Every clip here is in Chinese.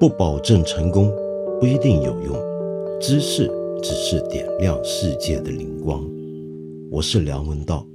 不保证成功，不一定有用。知识只是点亮世界的灵光。我是梁文道。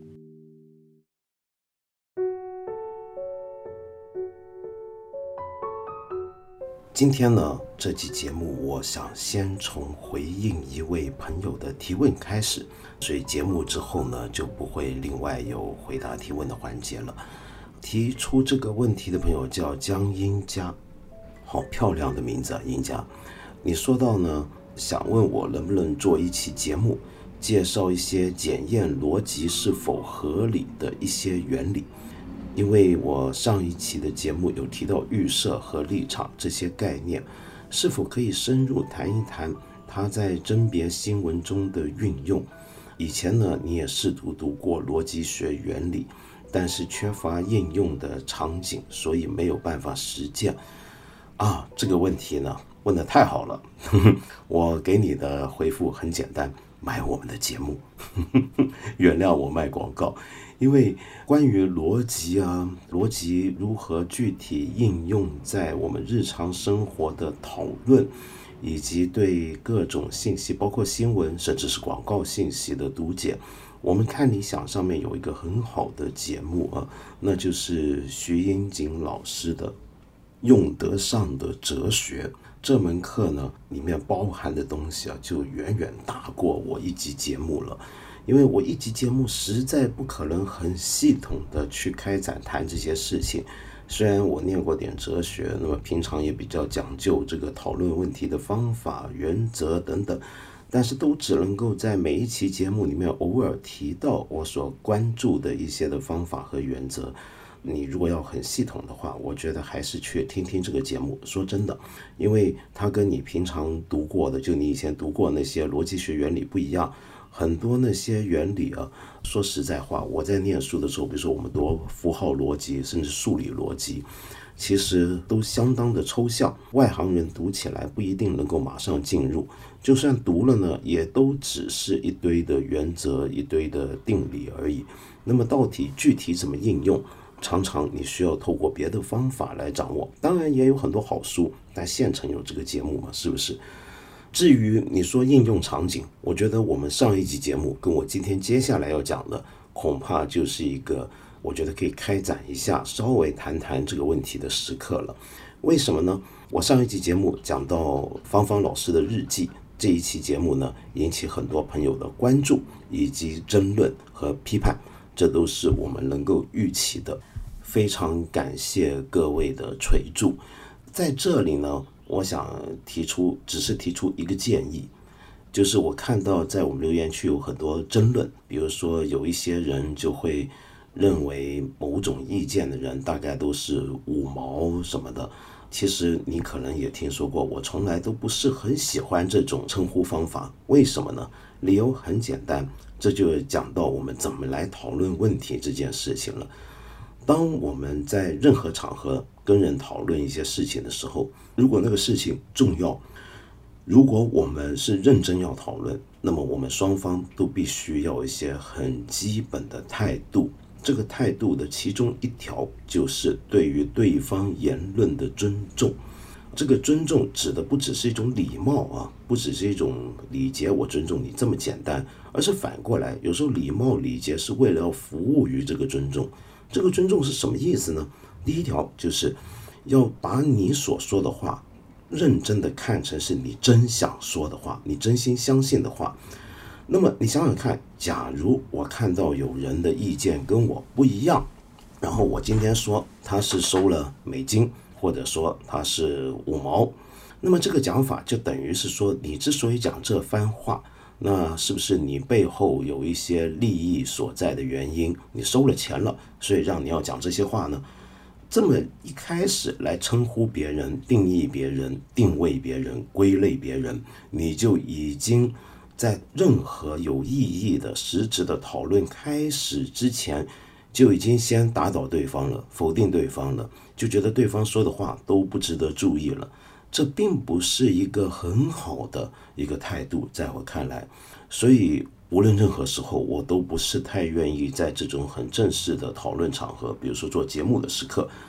今天呢，这期节目我想先从回应一位朋友的提问开始，所以节目之后呢，就不会另外有回答提问的环节了。提出这个问题的朋友叫江英佳，好漂亮的名字啊，英佳。你说到呢，想问我能不能做一期节目，介绍一些检验逻辑是否合理的一些原理。因为我上一期的节目有提到预设和立场这些概念，是否可以深入谈一谈它在甄别新闻中的运用？以前呢，你也试图读过逻辑学原理，但是缺乏应用的场景，所以没有办法实践。这个问题呢，问得太好了。我给你的回复很简单，买我们的节目。原谅我卖广告。因为关于逻辑如何具体应用在我们日常生活的讨论，以及对各种信息，包括新闻甚至是广告信息的读解，我们看理想上面有一个很好的节目那就是徐英锦老师的用得上的哲学。这门课呢，里面包含的东西就远远大过我一集节目了。因为我一集节目实在不可能很系统的去开展谈这些事情，虽然我念过点哲学，那么平常也比较讲究这个讨论问题的方法、原则等等，但是都只能够在每一期节目里面偶尔提到我所关注的一些的方法和原则。你如果要很系统的话，我觉得还是去听听这个节目。说真的，因为它跟你平常读过的，就你以前读过那些逻辑学原理不一样。很多那些原理说实在话，我在念书的时候，比如说我们读符号逻辑甚至数理逻辑，其实都相当的抽象，外行人读起来不一定能够马上进入，就算读了呢，也都只是一堆的原则、一堆的定理而已。那么到底具体怎么应用，常常你需要透过别的方法来掌握。当然也有很多好书，但现成有这个节目嘛，是不是？至于你说应用场景，我觉得我们上一集节目跟我今天接下来要讲的，恐怕就是一个我觉得可以开展一下，稍微谈谈这个问题的时刻了。为什么呢？我上一集节目讲到芳芳老师的日记，这一期节目呢，引起很多朋友的关注以及争论和批判，这都是我们能够预期的。非常感谢各位的垂注。在这里呢，我想只是提出一个建议，就是我看到在我们留言区有很多争论，比如说有一些人就会认为某种意见的人大概都是五毛什么的。其实你可能也听说过，我从来都不是很喜欢这种称呼方法。为什么呢？理由很简单，这就讲到我们怎么来讨论问题这件事情了。当我们在任何场合跟人讨论一些事情的时候，如果那个事情重要，如果我们是认真要讨论，那么我们双方都必须要有一些很基本的态度。这个态度的其中一条就是对于对方言论的尊重。这个尊重指的不只是一种礼貌不只是一种礼节，我尊重你这么简单，而是反过来，有时候礼貌礼节是为了要服务于这个尊重。这个尊重是什么意思呢？第一条就是要把你所说的话认真的看成是你真想说的话，你真心相信的话。那么你想想看，假如我看到有人的意见跟我不一样，然后我今天说他是收了美金，或者说他是5毛，那么这个讲法就等于是说，你之所以讲这番话，那是不是你背后有一些利益所在的原因？你收了钱了，所以让你要讲这些话呢？这么一开始来称呼别人、定义别人、定位别人、归类别人，你就已经在任何有意义的实质的讨论开始之前，就已经先打倒对方了，否定对方了，就觉得对方说的话都不值得注意了。这并不是一个很好的一个态度，在我看来。所以无论任何时候，我都不是太愿意在这种很正式的讨论场合，比如说做节目的时刻，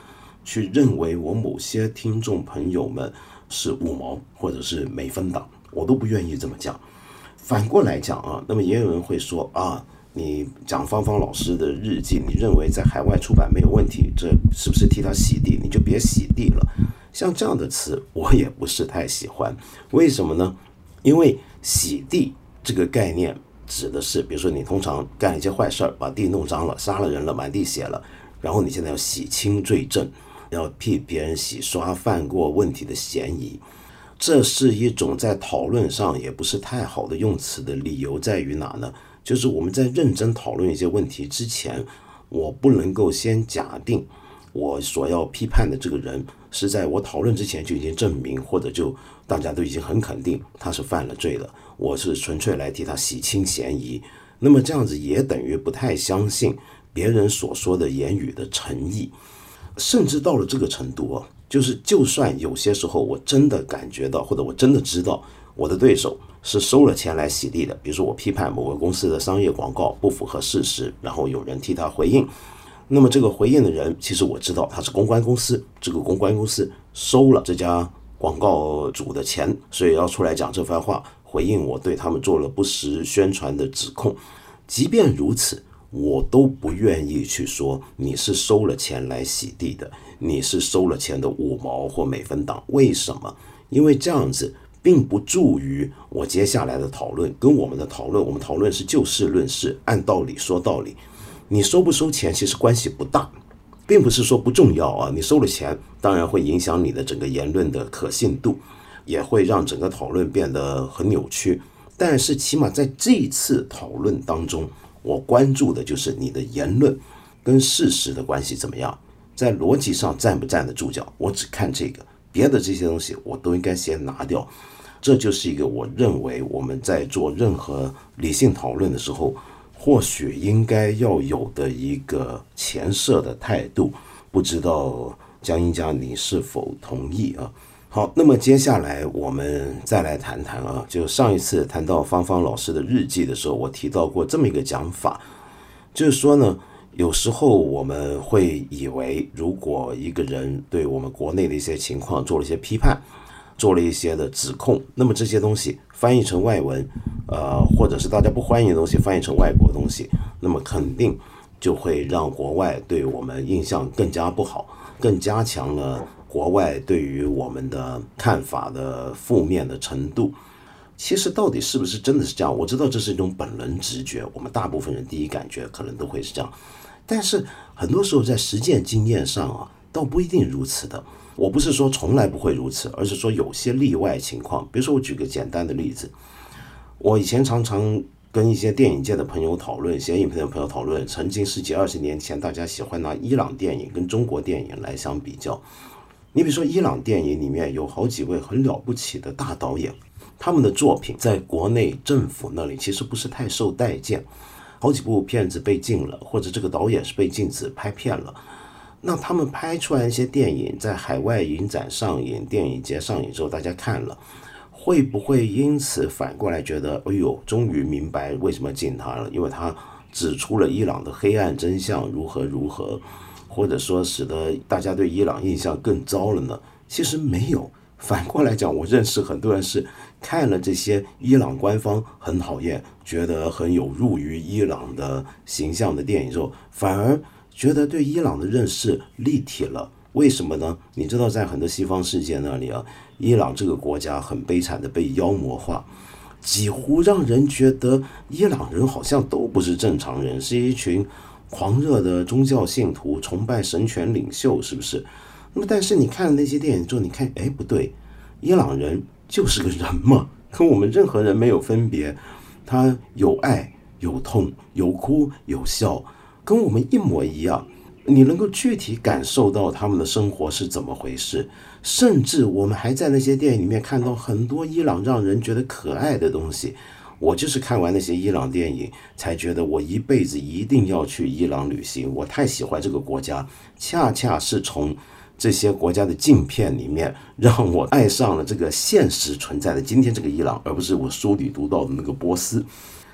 去认为我某些听众朋友们是五毛或者是美分党，我都不愿意这么讲。反过来讲啊，那么也有人会说啊，你讲芳芳老师的日记，你认为在海外出版没有问题，这是不是替他洗地？你就别洗地了。像这样的词我也不是太喜欢，为什么呢？因为洗地这个概念指的是，比如说你通常干了一些坏事，把地弄脏了，杀了人了，满地血了，然后你现在要洗清罪证，要替别人洗刷犯过问题的嫌疑。这是一种在讨论上也不是太好的用词的理由在于哪呢？就是我们在认真讨论一些问题之前，我不能够先假定我所要批判的这个人是在我讨论之前就已经证明，或者就大家都已经很肯定他是犯了罪了，我是纯粹来替他洗清嫌疑。那么这样子也等于不太相信别人所说的言语的诚意。甚至到了这个程度啊，就算有些时候我真的感觉到，或者我真的知道我的对手是收了钱来洗地的，比如说我批判某个公司的商业广告不符合事实，然后有人替他回应，那么这个回应的人其实我知道他是公关公司，这个公关公司收了这家广告主的钱，所以要出来讲这番话，回应我对他们做了不实宣传的指控。即便如此，我都不愿意去说你是收了钱来洗地的，你是收了钱的五毛或美分党。为什么？因为这样子并不助于我接下来的讨论，跟我们讨论是就事论事，按道理说道理。你收不收钱其实关系不大，并不是说不重要啊。你收了钱当然会影响你的整个言论的可信度，也会让整个讨论变得很扭曲，但是起码在这一次讨论当中，我关注的就是你的言论跟事实的关系怎么样，在逻辑上站不站得住脚，我只看这个，别的这些东西我都应该先拿掉。这就是一个我认为我们在做任何理性讨论的时候或许应该要有的一个前设的态度，不知道江英家你是否同意啊？好，那么接下来我们再来谈谈啊，就上一次谈到芳芳老师的日记的时候，我提到过这么一个讲法，就是说呢，有时候我们会以为，如果一个人对我们国内的一些情况做了一些批判，做了一些的指控，那么这些东西翻译成外文，或者是大家不欢迎的东西翻译成外国的东西，那么肯定就会让国外对我们印象更加不好，更加强了国外对于我们的看法的负面的程度。其实到底是不是真的是这样？我知道这是一种本能直觉，我们大部分人第一感觉可能都会是这样，但是很多时候在实践经验上啊，倒不一定如此的。我不是说从来不会如此，而是说有些例外情况。比如说我举个简单的例子，我以前常常跟一些电影界的朋友讨论，写影片的朋友讨论，曾经10几20年前大家喜欢拿伊朗电影跟中国电影来相比较。你比如说伊朗电影里面有好几位很了不起的大导演，他们的作品在国内政府那里其实不是太受待见，好几部片子被禁了，或者这个导演是被禁止拍片了。那他们拍出来一些电影在海外影展上映，电影节上映之后大家看了，会不会因此反过来觉得哎呦终于明白为什么禁他了，因为他指出了伊朗的黑暗真相如何如何，或者说使得大家对伊朗印象更糟了呢？其实没有，反过来讲，我认识很多人是看了这些伊朗官方很讨厌，觉得很有辱于伊朗的形象的电影之后，反而觉得对伊朗的认识立体了。为什么呢？你知道在很多西方世界那里啊，伊朗这个国家很悲惨的被妖魔化，几乎让人觉得伊朗人好像都不是正常人，是一群狂热的宗教信徒，崇拜神权领袖，是不是？那么但是你看那些电影之后，你看哎不对，伊朗人就是个人嘛，跟我们任何人没有分别，他有爱有痛有哭有笑，跟我们一模一样。你能够具体感受到他们的生活是怎么回事，甚至我们还在那些电影里面看到很多伊朗让人觉得可爱的东西。我就是看完那些伊朗电影才觉得我一辈子一定要去伊朗旅行，我太喜欢这个国家，恰恰是从这些国家的镜片里面让我爱上了这个现实存在的今天这个伊朗，而不是我书里读到的那个波斯。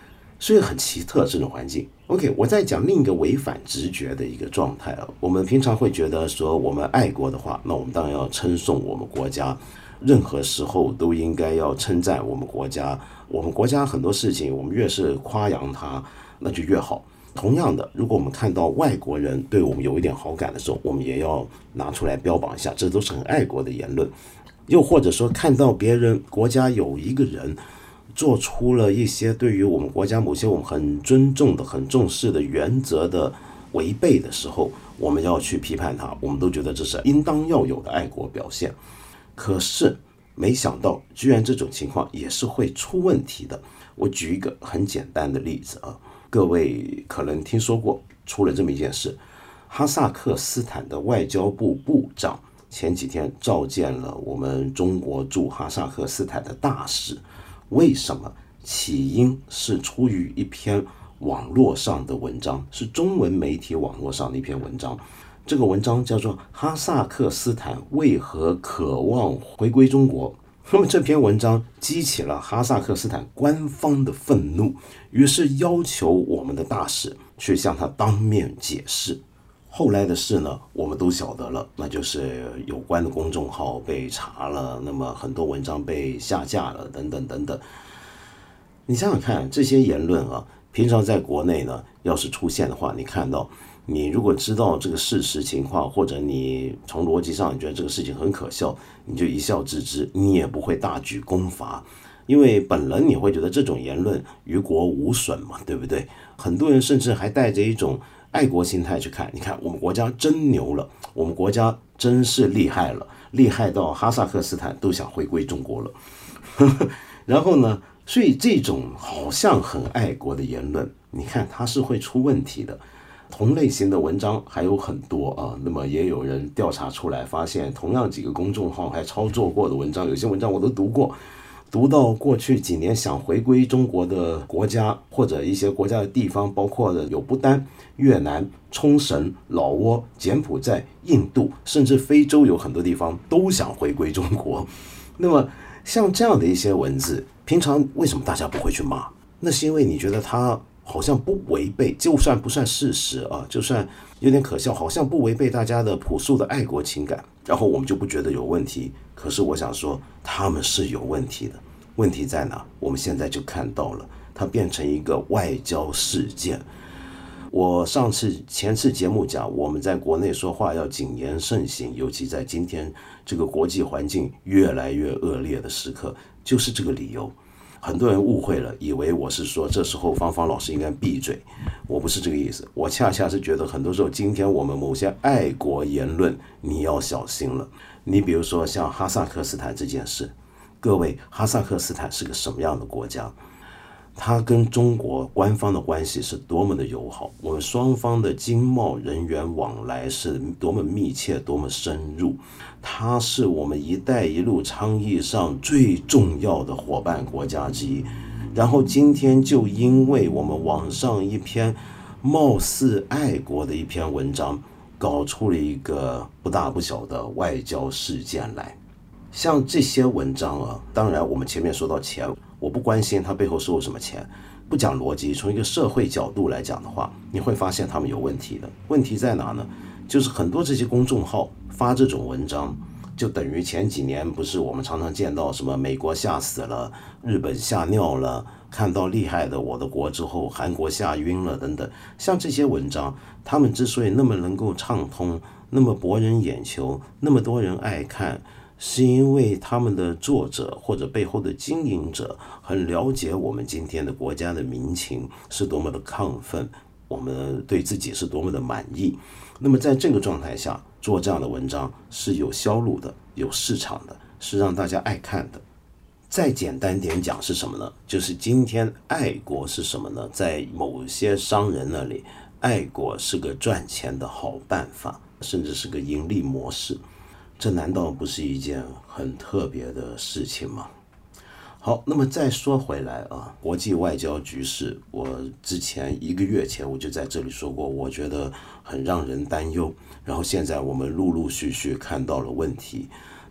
所以很奇特这种环境。OK， 我在讲另一个违反直觉的一个状态啊。我们平常会觉得说，我们爱国的话，那我们当然要称颂我们国家，任何时候都应该要称赞我们国家。我们国家很多事情，我们越是夸扬它，那就越好。同样的，如果我们看到外国人对我们有一点好感的时候，我们也要拿出来标榜一下，这都是很爱国的言论。又或者说，看到别人国家有一个人做出了一些对于我们国家某些我们很尊重的、很重视的原则的违背的时候，我们要去批判他，我们都觉得这是应当要有的爱国表现。可是没想到，居然这种情况也是会出问题的。我举一个很简单的例子啊，各位可能听说过，出了这么一件事，哈萨克斯坦的外交部部长前几天召见了我们中国驻哈萨克斯坦的大使。为什么？起因是出于一篇网络上的文章，是中文媒体网络上的一篇文章。这个文章叫做《哈萨克斯坦为何渴望回归中国》。那么这篇文章激起了哈萨克斯坦官方的愤怒，于是要求我们的大使去向他当面解释。后来的事呢，我们都晓得了，那就是有关的公众号被查了，那么很多文章被下架了，等等等等。你想想看，这些言论啊，平常在国内呢，要是出现的话，你看到，你如果知道这个事实情况，或者你从逻辑上你觉得这个事情很可笑，你就一笑置之，你也不会大举攻伐，因为本人你会觉得这种言论于国无损嘛，对不对？很多人甚至还带着一种爱国心态去看，你看我们国家真牛了，我们国家真是厉害了，厉害到哈萨克斯坦都想回归中国了。然后呢，所以这种好像很爱国的言论，你看它是会出问题的。同类型的文章还有很多啊，那么也有人调查出来，发现同样几个公众号还操作过的文章，有些文章我都读过，读到过去几年想回归中国的国家或者一些国家的地方，包括的有不丹、越南、冲绳、老挝、柬埔寨、印度，甚至非洲有很多地方都想回归中国。那么像这样的一些文字，平常为什么大家不会去骂？那是因为你觉得它好像不违背，就算不算事实啊，就算有点可笑，好像不违背大家的朴素的爱国情感，然后我们就不觉得有问题。可是我想说，他们是有问题的。问题在哪？我们现在就看到了，它变成一个外交事件。我前次节目讲，我们在国内说话要谨言慎行，尤其在今天这个国际环境越来越恶劣的时刻，就是这个理由。很多人误会了，以为我是说这时候芳芳老师应该闭嘴，我不是这个意思。我恰恰是觉得很多时候，今天我们某些爱国言论你要小心了。你比如说像哈萨克斯坦这件事，各位，哈萨克斯坦是个什么样的国家？它跟中国官方的关系是多么的友好，我们双方的经贸人员往来是多么密切，多么深入。它是我们一带一路倡议上最重要的伙伴国家之一。然后今天就因为我们网上一篇貌似爱国的一篇文章，搞出了一个不大不小的外交事件来。像这些文章啊，当然我们前面说到钱，我不关心他背后收了什么钱，不讲逻辑，从一个社会角度来讲的话，你会发现他们有问题的。问题在哪呢？就是很多这些公众号发这种文章，就等于前几年不是我们常常见到什么美国吓死了，日本吓尿了，看到厉害的我的国之后，韩国吓晕了等等。像这些文章，他们之所以那么能够畅通，那么博人眼球，那么多人爱看，是因为他们的作者或者背后的经营者很了解我们今天的国家的民情是多么的亢奋，我们对自己是多么的满意。那么在这个状态下做这样的文章是有销路的，有市场的，是让大家爱看的。再简单点讲是什么呢？就是今天爱国是什么呢？在某些商人那里，爱国是个赚钱的好办法，甚至是个盈利模式。这难道不是一件很特别的事情吗？好，那么再说回来啊，国际外交局势，我之前1个月前我就在这里说过，我觉得很让人担忧。然后现在我们陆陆续续看到了问题。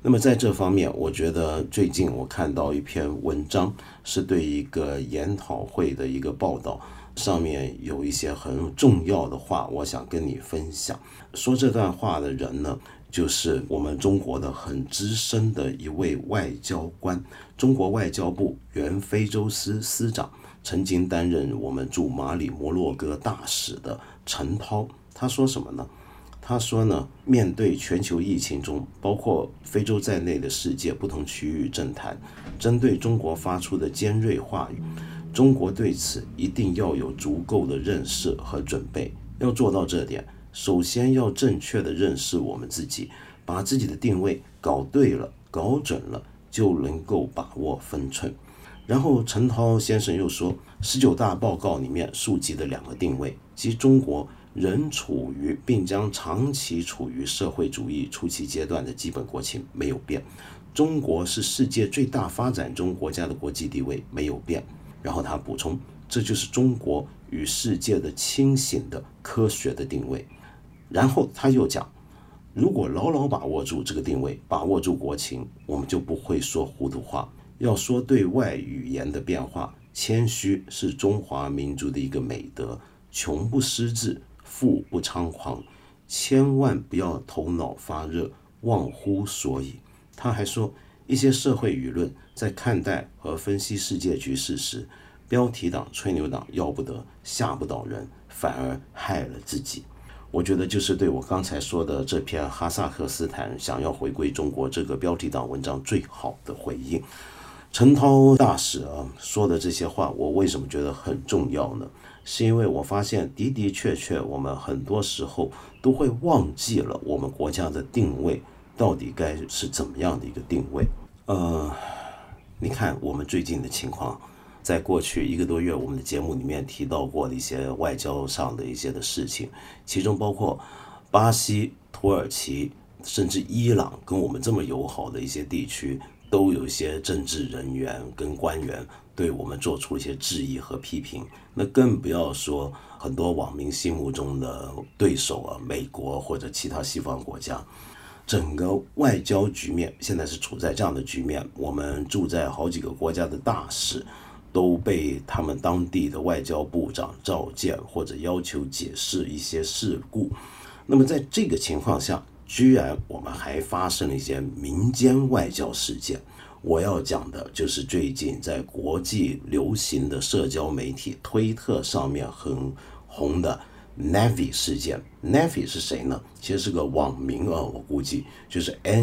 那么在这方面，我觉得最近我看到一篇文章，是对一个研讨会的一个报道，上面有一些很重要的话，我想跟你分享。说这段话的人呢，就是我们中国的很资深的一位外交官，中国外交部原非洲司司长，曾经担任我们驻马里摩洛哥大使的陈涛。他说什么呢？他说呢，面对全球疫情中包括非洲在内的世界不同区域政坛针对中国发出的尖锐话语，中国对此一定要有足够的认识和准备。要做到这点，首先要正确的认识我们自己，把自己的定位搞对了、搞准了，就能够把握分寸。然后陈涛先生又说，19大报告里面述及的2个定位，即中国仍处于并将长期处于社会主义初期阶段的基本国情没有变，中国是世界最大发展中国家的国际地位没有变。然后他补充，这就是中国与世界的清醒的科学的定位。然后他又讲，如果牢牢把握住这个定位，把握住国情，我们就不会说糊涂话。要说对外语言的变化，谦虚是中华民族的一个美德，穷不失志，富不猖狂，千万不要头脑发热，忘乎所以。他还说，一些社会舆论在看待和分析世界局势时，标题党、吹牛党要不得，吓不倒人，反而害了自己。我觉得就是对我刚才说的这篇哈萨克斯坦想要回归中国这个标题党文章最好的回应。陈涛大使说的这些话，我为什么觉得很重要呢？是因为我发现的的确确我们很多时候都会忘记了我们国家的定位到底该是怎么样的一个定位。你看我们最近的情况，在过去1个多月我们的节目里面提到过的一些外交上的一些的事情，其中包括巴西、土耳其甚至伊朗跟我们这么友好的一些地区，都有一些政治人员跟官员对我们做出一些质疑和批评。那更不要说很多网民心目中的对手美国或者其他西方国家。整个外交局面现在是处在这样的局面，我们住在好几个国家的大使都被他们当地的外交部长召见或者要求解释一些事故。那么在这个情况下，居然我们还发生了一些民间外交事件。我要讲的就是最近在国际流行的社交媒体推特上面很红的 Navy 事件。 Navy 是谁呢？其实是个网名我估计就是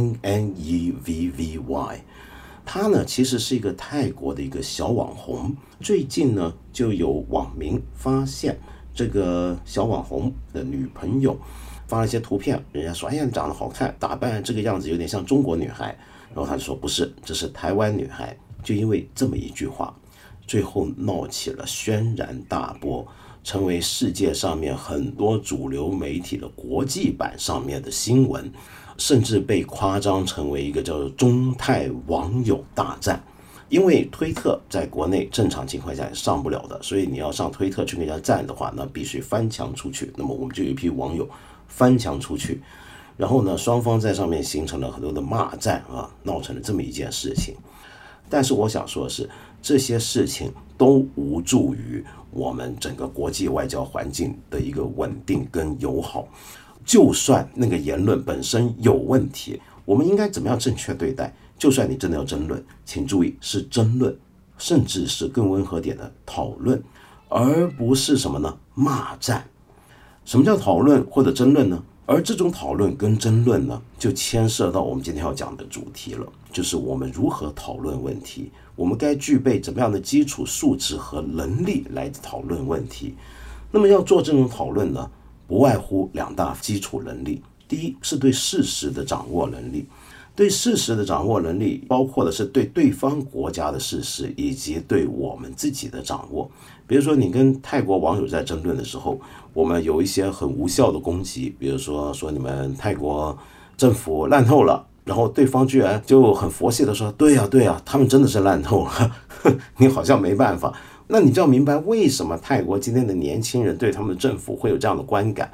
NNEVVY。 他呢其实是一个泰国的一个小网红。最近呢就有网民发现这个小网红的女朋友发了一些图片，人家说哎呀长得好看，打扮这个样子有点像中国女孩，然后他就说不是，这是台湾女孩。就因为这么一句话，最后闹起了轩然大波，成为世界上面很多主流媒体的国际版上面的新闻，甚至被夸张成为一个叫做中泰网友大战。因为推特在国内正常情况下也上不了的，所以你要上推特去跟人家战的话，那必须翻墙出去。那么我们就有一批网友翻墙出去，然后呢双方在上面形成了很多的骂战闹成了这么一件事情。但是我想说的是，这些事情都无助于我们整个国际外交环境的一个稳定跟友好。就算那个言论本身有问题，我们应该怎么样正确对待？就算你真的要争论，请注意是争论，甚至是更温和点的讨论，而不是什么呢？骂战。什么叫讨论或者争论呢？而这种讨论跟争论呢，就牵涉到我们今天要讲的主题了，就是我们如何讨论问题，我们该具备怎么样的基础素质和能力来讨论问题。那么要做这种讨论呢，不外乎2大基础能力。第一是对事实的掌握能力。对事实的掌握能力包括的是对对方国家的事实以及对我们自己的掌握。比如说你跟泰国网友在争论的时候，我们有一些很无效的攻击，比如说你们泰国政府烂透了，然后对方居然就很佛系的说对呀，他们真的是烂透了你好像没办法。那你就要明白为什么泰国今天的年轻人对他们的政府会有这样的观感。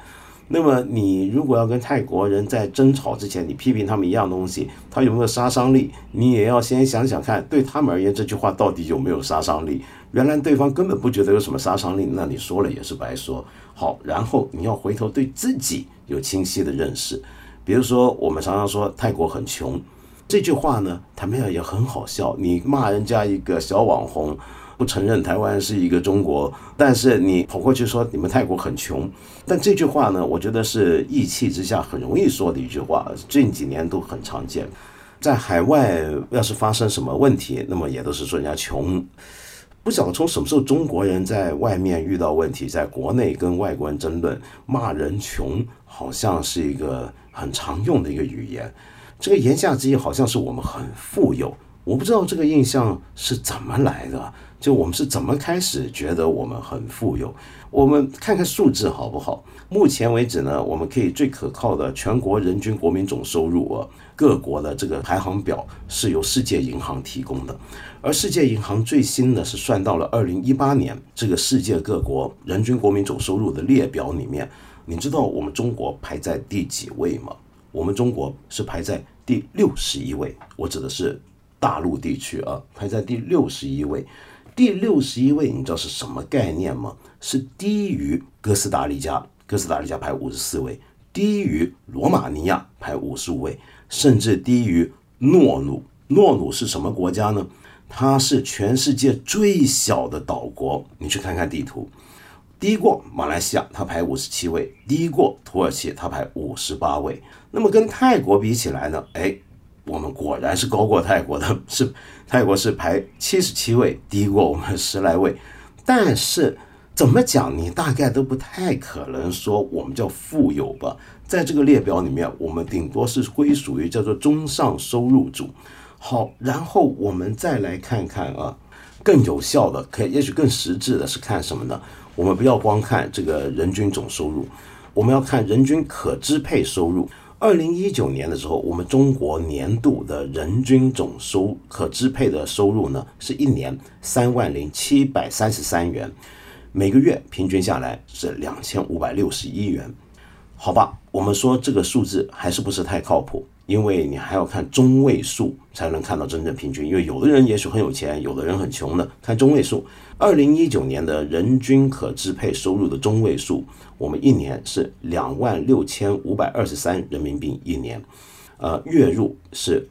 那么你如果要跟泰国人在争吵之前，你批评他们一样东西，他有没有杀伤力，你也要先想想看，对他们而言这句话到底有没有杀伤力。原来对方根本不觉得有什么杀伤力，那你说了也是白说。好，然后你要回头对自己有清晰的认识。比如说我们常常说泰国很穷，这句话呢坦白讲也很好笑，你骂人家一个小网红不承认台湾是一个中国，但是你跑过去说你们泰国很穷，但这句话呢，我觉得是义气之下很容易说的一句话，近几年都很常见。在海外要是发生什么问题，那么也都是说人家穷。不晓得从什么时候中国人在外面遇到问题，在国内跟外国人争论，骂人穷好像是一个很常用的一个语言。这个言下之意好像是我们很富有，我不知道这个印象是怎么来的，就我们是怎么开始觉得我们很富有。我们看看数字好不好？目前为止呢，我们可以最可靠的全国人均国民总收入各国的这个排行表是由世界银行提供的，而世界银行最新的是算到了2018年这个世界各国人均国民总收入的列表里面，你知道我们中国排在第几位吗？我们中国是排在第61位，我指的是大陆地区排在第61位。第61位你知道是什么概念吗？是低于哥斯达黎加，哥斯达黎加排54位，低于罗马尼亚排55位，甚至低于诺鲁。诺鲁是什么国家呢？它是全世界最小的岛国，你去看看地图。低过马来西亚，它排57位，低过土耳其，它排58位。那么跟泰国比起来呢，我们果然是高过泰国的，泰国是排77位，低过我们10来位。但是怎么讲，你大概都不太可能说我们叫富有吧。在这个列表里面，我们顶多是归属于叫做中上收入组。好，然后我们再来看看更有效的，也许更实质的是看什么呢？我们不要光看这个人均总收入，我们要看人均可支配收入。2019年的时候，我们中国年度的人均总可支配的收入呢，是一年30733元，每个月平均下来是2561元。好吧，我们说这个数字还是不是太靠谱，因为你还要看中位数才能看到真正平均，因为有的人也许很有钱，有的人很穷的，看中位数。2019年的人均可支配收入的中位数，我们一年是26523人民币一年，月入是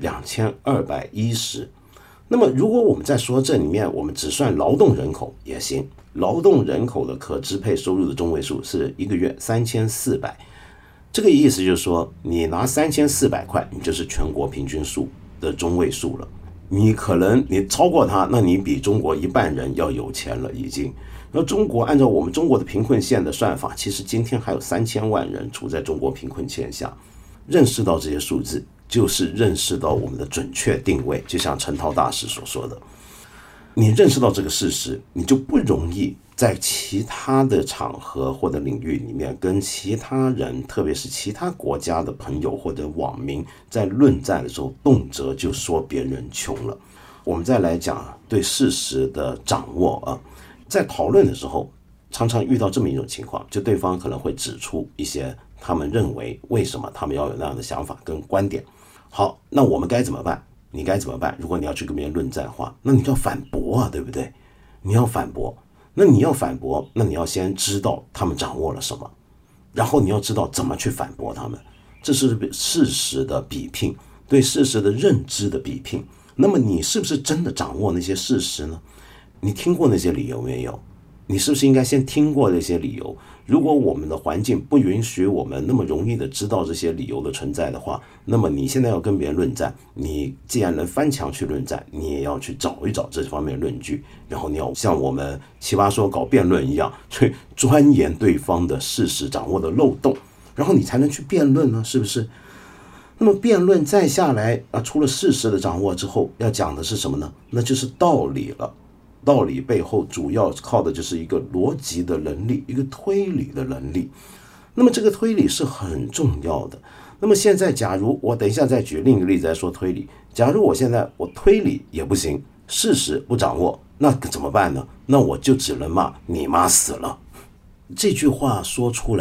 2210。那么如果我们在说这里面我们只算劳动人口也行，劳动人口的可支配收入的中位数是一个月3400。这个意思就是说，你拿3400块，你就是全国平均数的中位数了。你可能你超过它，那你比中国一半人要有钱了已经。那中国按照我们中国的贫困线的算法，其实今天还有3000万人处在中国贫困线下。认识到这些数字，就是认识到我们的准确定位，就像陈涛大师所说的，你认识到这个事实，你就不容易在其他的场合或者领域里面跟其他人，特别是其他国家的朋友或者网民在论战的时候，动辄就说别人穷了。我们再来讲对事实的掌握在讨论的时候，常常遇到这么一种情况，就对方可能会指出一些他们认为为什么他们要有那样的想法跟观点。好，那我们该怎么办？你该怎么办？如果你要去跟别人论战的话，那你就要反驳对不对？你要反驳，那你要先知道他们掌握了什么，然后你要知道怎么去反驳他们，这是事实的比拼，对事实的认知的比拼。那么你是不是真的掌握那些事实呢？你听过那些理由没有？你是不是应该先听过这些理由？如果我们的环境不允许我们那么容易的知道这些理由的存在的话，那么你现在要跟别人论战，你既然能翻墙去论战，你也要去找一找这方面的论据，然后你要像我们奇葩说搞辩论一样，去钻研对方的事实掌握的漏洞，然后你才能去辩论呢，是不是？那么辩论再下来除了事实的掌握之后，要讲的是什么呢？那就是道理了。道理背后主要靠的就是一个逻辑的能力，一个推理的能力。那么这个推理是很重要的。那么现在假如我等一下再举另一个例子来说推理，假如我现在我推理也不行，事实不掌握，那怎么办呢？那我就只能骂你妈死了。这句话说出来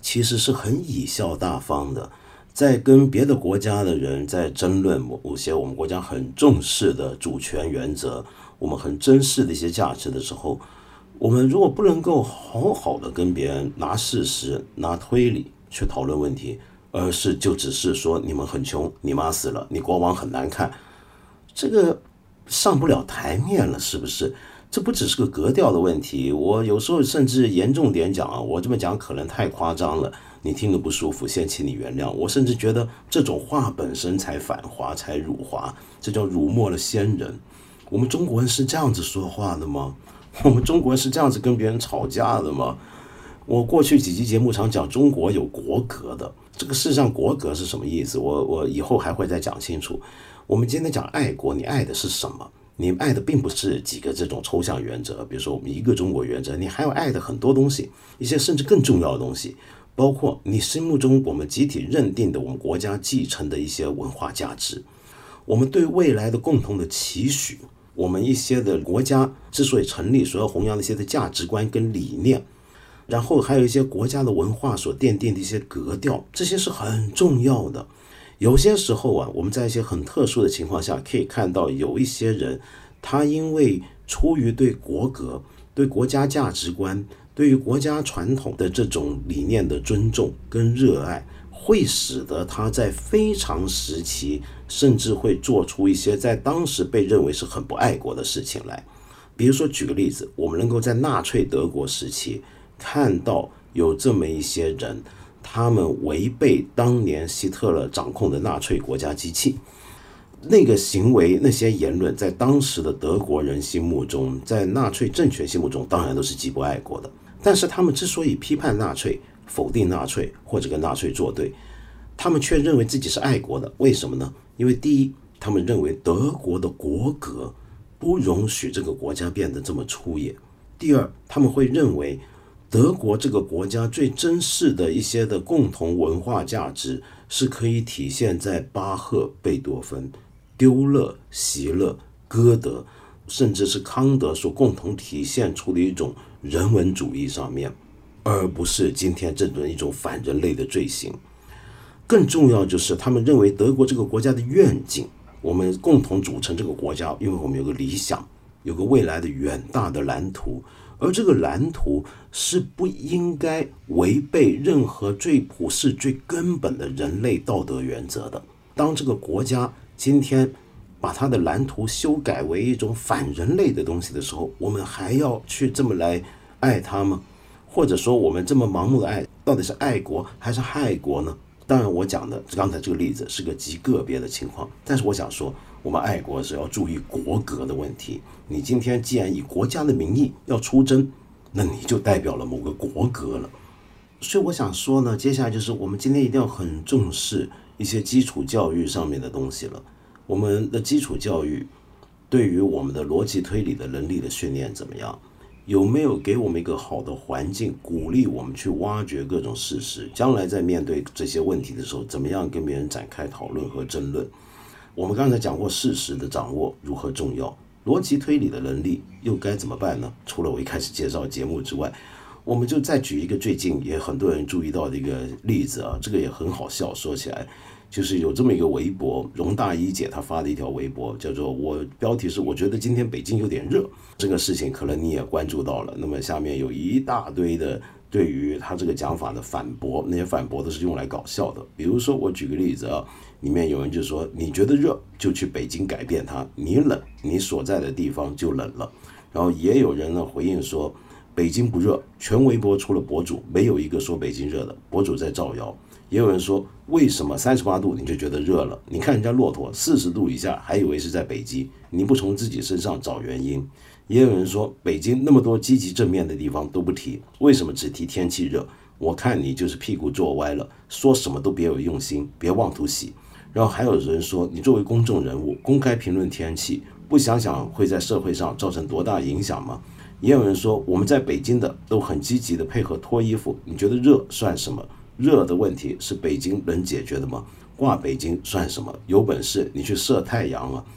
其实是很贻笑大方的，在跟别的国家的人在争论某些我们国家很重视的主权原则，我们很珍视的一些价值的时候，我们如果不能够好好的跟别人拿事实、拿推理去讨论问题，而是就只是说你们很穷，你妈死了，你国王很难看，这个上不了台面了，是不是？这不只是个格调的问题，我有时候甚至严重点讲啊，我这么讲可能太夸张了，你听得不舒服，先请你原谅。我甚至觉得这种话本身才反华，才辱华，这叫辱没了先人。我们中国人是这样子说话的吗？我们中国人是这样子跟别人吵架的吗？我过去几期节目常讲中国有国格的，这个事实上国格是什么意思？我以后还会再讲清楚。我们今天讲爱国，你爱的是什么？你爱的并不是几个这种抽象原则，比如说我们一个中国原则，你还有爱的很多东西，一些甚至更重要的东西，包括你心目中我们集体认定的我们国家继承的一些文化价值，我们对未来的共同的期许，我们一些的国家之所以成立所要弘扬的一些的价值观跟理念，然后还有一些国家的文化所奠定的一些格调，这些是很重要的。有些时候啊，我们在一些很特殊的情况下可以看到有一些人，他因为出于对国格、对国家价值观、对于国家传统的这种理念的尊重跟热爱，会使得他在非常时期甚至会做出一些在当时被认为是很不爱国的事情来。比如说举个例子，我们能够在纳粹德国时期看到有这么一些人，他们违背当年希特勒掌控的纳粹国家机器，那个行为、那些言论，在当时的德国人心目中，在纳粹政权心目中，当然都是极不爱国的。但是他们之所以批判纳粹、否定纳粹或者跟纳粹作对，他们却认为自己是爱国的。为什么呢？因为第一，他们认为德国的国格不容许这个国家变得这么粗野；第二，他们会认为德国这个国家最珍视的一些的共同文化价值是可以体现在巴赫、贝多芬、丢勒、席勒、歌德，甚至是康德所共同体现出的一种人文主义上面，而不是今天这种一种反人类的罪行。更重要就是他们认为德国这个国家的愿景，我们共同组成这个国家，因为我们有个理想，有个未来的远大的蓝图，而这个蓝图是不应该违背任何最普世、最根本的人类道德原则的。当这个国家今天把它的蓝图修改为一种反人类的东西的时候，我们还要去这么来爱它吗？或者说我们这么盲目的爱，到底是爱国还是害国呢？当然我讲的刚才这个例子是个极个别的情况，但是我想说我们爱国是要注意国格的问题。你今天既然以国家的名义要出征，那你就代表了某个国格了。所以我想说呢，接下来就是我们今天一定要很重视一些基础教育上面的东西了。我们的基础教育对于我们的逻辑推理的能力的训练怎么样？有没有给我们一个好的环境，鼓励我们去挖掘各种事实，将来在面对这些问题的时候，怎么样跟别人展开讨论和争论？我们刚才讲过事实的掌握如何重要，逻辑推理的能力又该怎么办呢？除了我一开始介绍节目之外，我们就再举一个最近也很多人注意到的一个例子啊，这个也很好笑，说起来就是有这么一个微博，容大一姐她发的一条微博，叫做标题是我觉得今天北京有点热，这个事情可能你也关注到了。那么下面有一大堆的对于他这个讲法的反驳，那些反驳都是用来搞笑的。比如说我举个例子啊，里面有人就说你觉得热就去北京改变它，你冷你所在的地方就冷了。然后也有人呢回应说北京不热，全微博除了博主没有一个说北京热的，博主在造谣。也有人说为什么38度你就觉得热了？你看人家骆驼40度以下还以为是在北极，你不从自己身上找原因。也有人说北京那么多积极正面的地方都不提，为什么只提天气热？我看你就是屁股坐歪了，说什么都别有用心，别妄图喜。然后还有人说你作为公众人物公开评论天气，不想想会在社会上造成多大影响吗？也有人说我们在北京的都很积极的配合脱衣服，你觉得热算什么？热的问题是北京能解决的吗？挂北京算什么？有本事你去射太阳啊！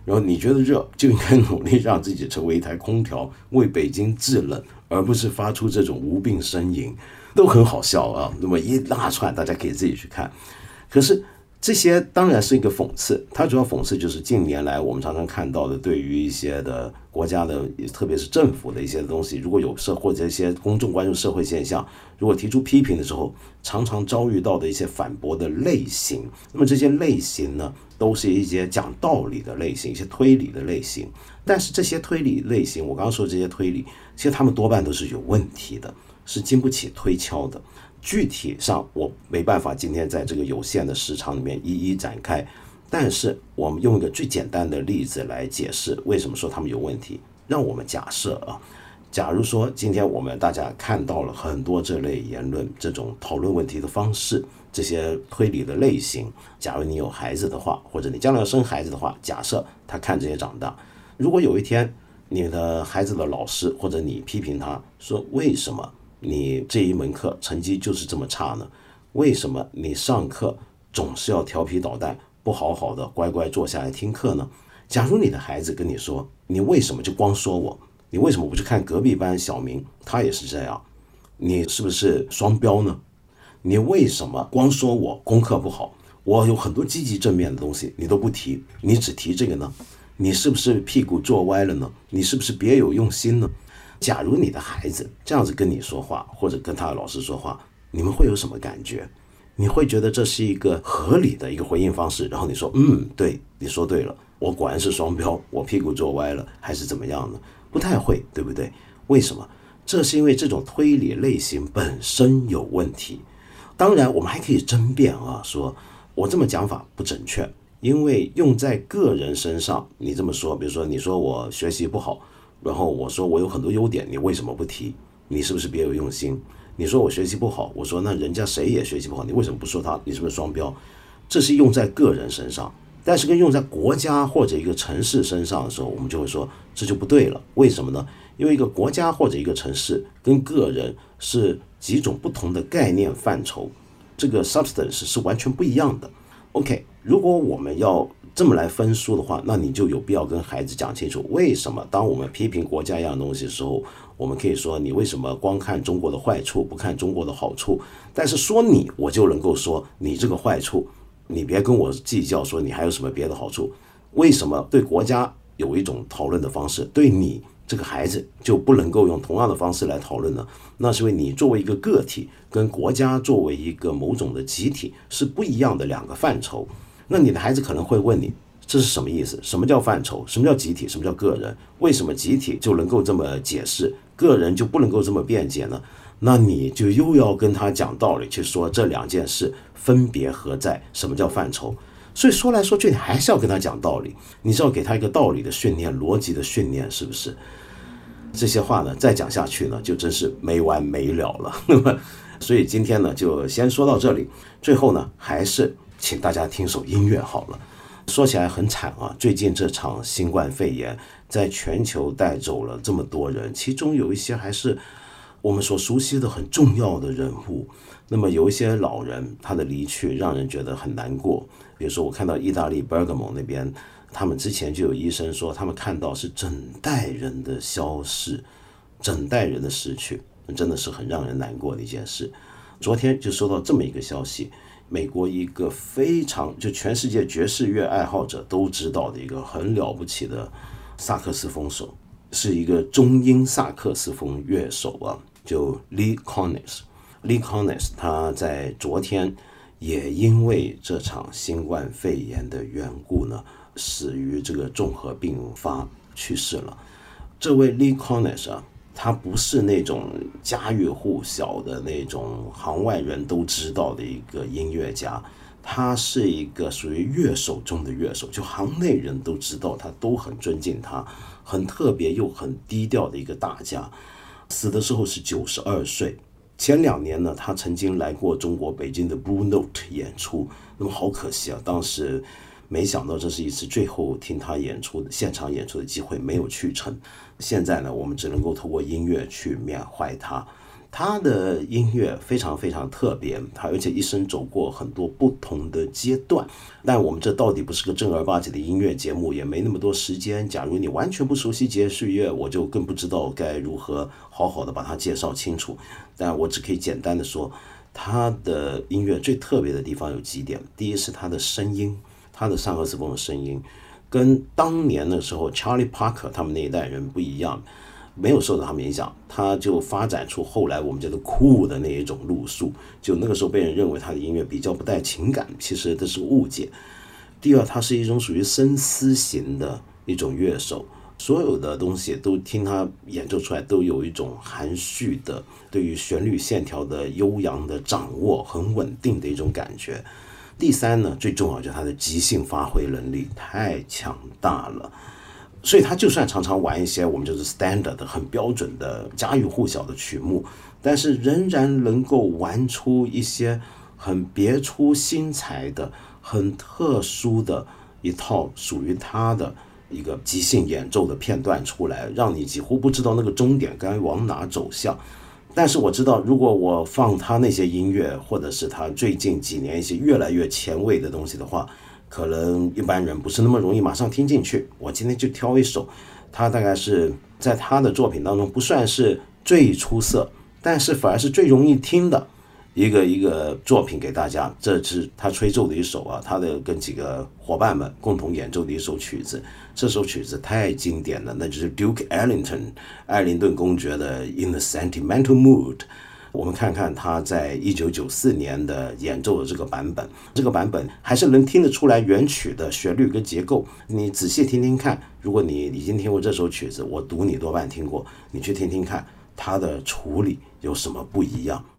然后你觉得热，就应该努力让自己成为一台空调，为北京制冷，而不是发出这种无病呻吟，都很好笑啊。那么一大串，大家可以自己去看。可是这些当然是一个讽刺，它主要讽刺就是近年来我们常常看到的，对于一些的国家的，特别是政府的一些东西，如果有或者一些公众关注社会现象，如果提出批评的时候，常常遭遇到的一些反驳的类型。那么这些类型呢，都是一些讲道理的类型，一些推理的类型。但是这些推理类型，我刚刚说的这些推理，其实他们多半都是有问题的，是经不起推敲的。具体上我没办法今天在这个有限的时长里面一一展开，但是我们用一个最简单的例子来解释为什么说他们有问题。让我们假设啊，假如说今天我们大家看到了很多这类言论，这种讨论问题的方式，这些推理的类型，假如你有孩子的话，或者你将来要生孩子的话，假设他看这些长大，如果有一天你的孩子的老师或者你批评他说，为什么你这一门课成绩就是这么差呢？为什么你上课总是要调皮捣蛋，不好好的乖乖坐下来听课呢？假如你的孩子跟你说，你为什么就光说我？你为什么不去看隔壁班小明，他也是这样？你是不是双标呢？你为什么光说我功课不好？我有很多积极正面的东西你都不提，你只提这个呢？你是不是屁股坐歪了呢？你是不是别有用心呢？假如你的孩子这样子跟你说话，或者跟他的老师说话，你们会有什么感觉？你会觉得这是一个合理的一个回应方式，然后你说对，你说对了，我果然是双标，我屁股坐歪了，还是怎么样呢？不太会，对不对？为什么？这是因为这种推理类型本身有问题。当然我们还可以争辩啊，说我这么讲法不准确，因为用在个人身上，你这么说，比如说你说我学习不好，然后我说我有很多优点，你为什么不提？你是不是别有用心？你说我学习不好，我说那人家谁也学习不好，你为什么不说他？你是不是双标？这是用在个人身上，但是跟用在国家或者一个城市身上的时候，我们就会说这就不对了。为什么呢？因为一个国家或者一个城市跟个人是几种不同的概念范畴，这个 substance 是完全不一样的。OK， 如果我们要这么来分书的话，那你就有必要跟孩子讲清楚，为什么当我们批评国家一样东西的时候，我们可以说你为什么光看中国的坏处，不看中国的好处？但是说你，我就能够说你这个坏处，你别跟我计较说你还有什么别的好处。为什么对国家有一种讨论的方式，对你这个孩子就不能够用同样的方式来讨论呢？那是因为你作为一个个体，跟国家作为一个某种的集体是不一样的两个范畴。那你的孩子可能会问你，这是什么意思？什么叫范畴？什么叫集体？什么叫个人？为什么集体就能够这么解释，个人就不能够这么辩解呢？那你就又要跟他讲道理，去说这两件事分别何在，什么叫范畴？所以说来说去，你还是要跟他讲道理，你是要给他一个道理的训练，逻辑的训练，是不是？这些话呢，再讲下去呢，就真是没完没了了。那么，所以今天呢，就先说到这里。最后呢，还是请大家听首音乐好了。说起来很惨啊，最近这场新冠肺炎在全球带走了这么多人，其中有一些还是我们所熟悉的很重要的人物。那么有一些老人，他的离去让人觉得很难过。比如说我看到意大利 Bergamo 那边，他们之前就有医生说，他们看到是整代人的消逝，整代人的失去，真的是很让人难过的一件事。昨天就收到这么一个消息，美国一个非常就全世界爵士乐爱好者都知道的一个很了不起的萨克斯风手，是一个中音萨克斯风乐手啊，就 Lee Konitz。Lee Konitz 他在昨天也因为这场新冠肺炎的缘故呢，死于这个综合并发去世了。这位 Lee Konitz 啊，他不是那种家喻户晓的那种行外人都知道的一个音乐家，他是一个属于乐手中的乐手，就行内人都知道他，都很尊敬他，很特别又很低调的一个大家。死的时候是92岁。前2年呢，他曾经来过中国北京的 Blue Note 演出，那么好可惜啊，当时没想到这是一次最后听他演出的现场演出的机会，没有去成。现在呢，我们只能够透过音乐去缅怀他。 他的音乐非常非常特别，他而且一生走过很多不同的阶段。但我们这到底不是个正儿八经的音乐节目，也没那么多时间。假如你完全不熟悉爵士乐，我就更不知道该如何好好的把它介绍清楚。但我只可以简单的说，他的音乐最特别的地方有几点。第一是他的声音，他的萨克斯风的声音跟当年的时候 Charlie Parker 他们那一代人不一样，没有受到他们影响，他就发展出后来我们叫做酷的那一种路数。就那个时候被人认为他的音乐比较不带情感，其实这是误解。第二，他是一种属于深思型的一种乐手，所有的东西都听他演奏出来都有一种含蓄的对于旋律线条的悠扬的掌握，很稳定的一种感觉。第三呢，最重要就是他的即兴发挥能力太强大了，所以他就算常常玩一些我们就是 standard 的很标准的家喻户晓的曲目，但是仍然能够玩出一些很别出心裁的很特殊的一套属于他的一个即兴演奏的片段出来，让你几乎不知道那个终点该往哪走向。但是我知道，如果我放他那些音乐，或者是他最近几年一些越来越前卫的东西的话，可能一般人不是那么容易马上听进去。我今天就挑一首，他大概是在他的作品当中不算是最出色，但是反而是最容易听的一个作品给大家。这是他吹奏的一首他的跟几个伙伴们共同演奏的一首曲子。这首曲子太经典了，那就是 Duke Ellington 艾灵顿公爵的 In the Sentimental Mood。我们看看他在1994年的演奏的这个版本，这个版本还是能听得出来原曲的旋律跟结构。你仔细听听看，如果你已经听过这首曲子，我赌你多半听过，你去听听看它的处理有什么不一样。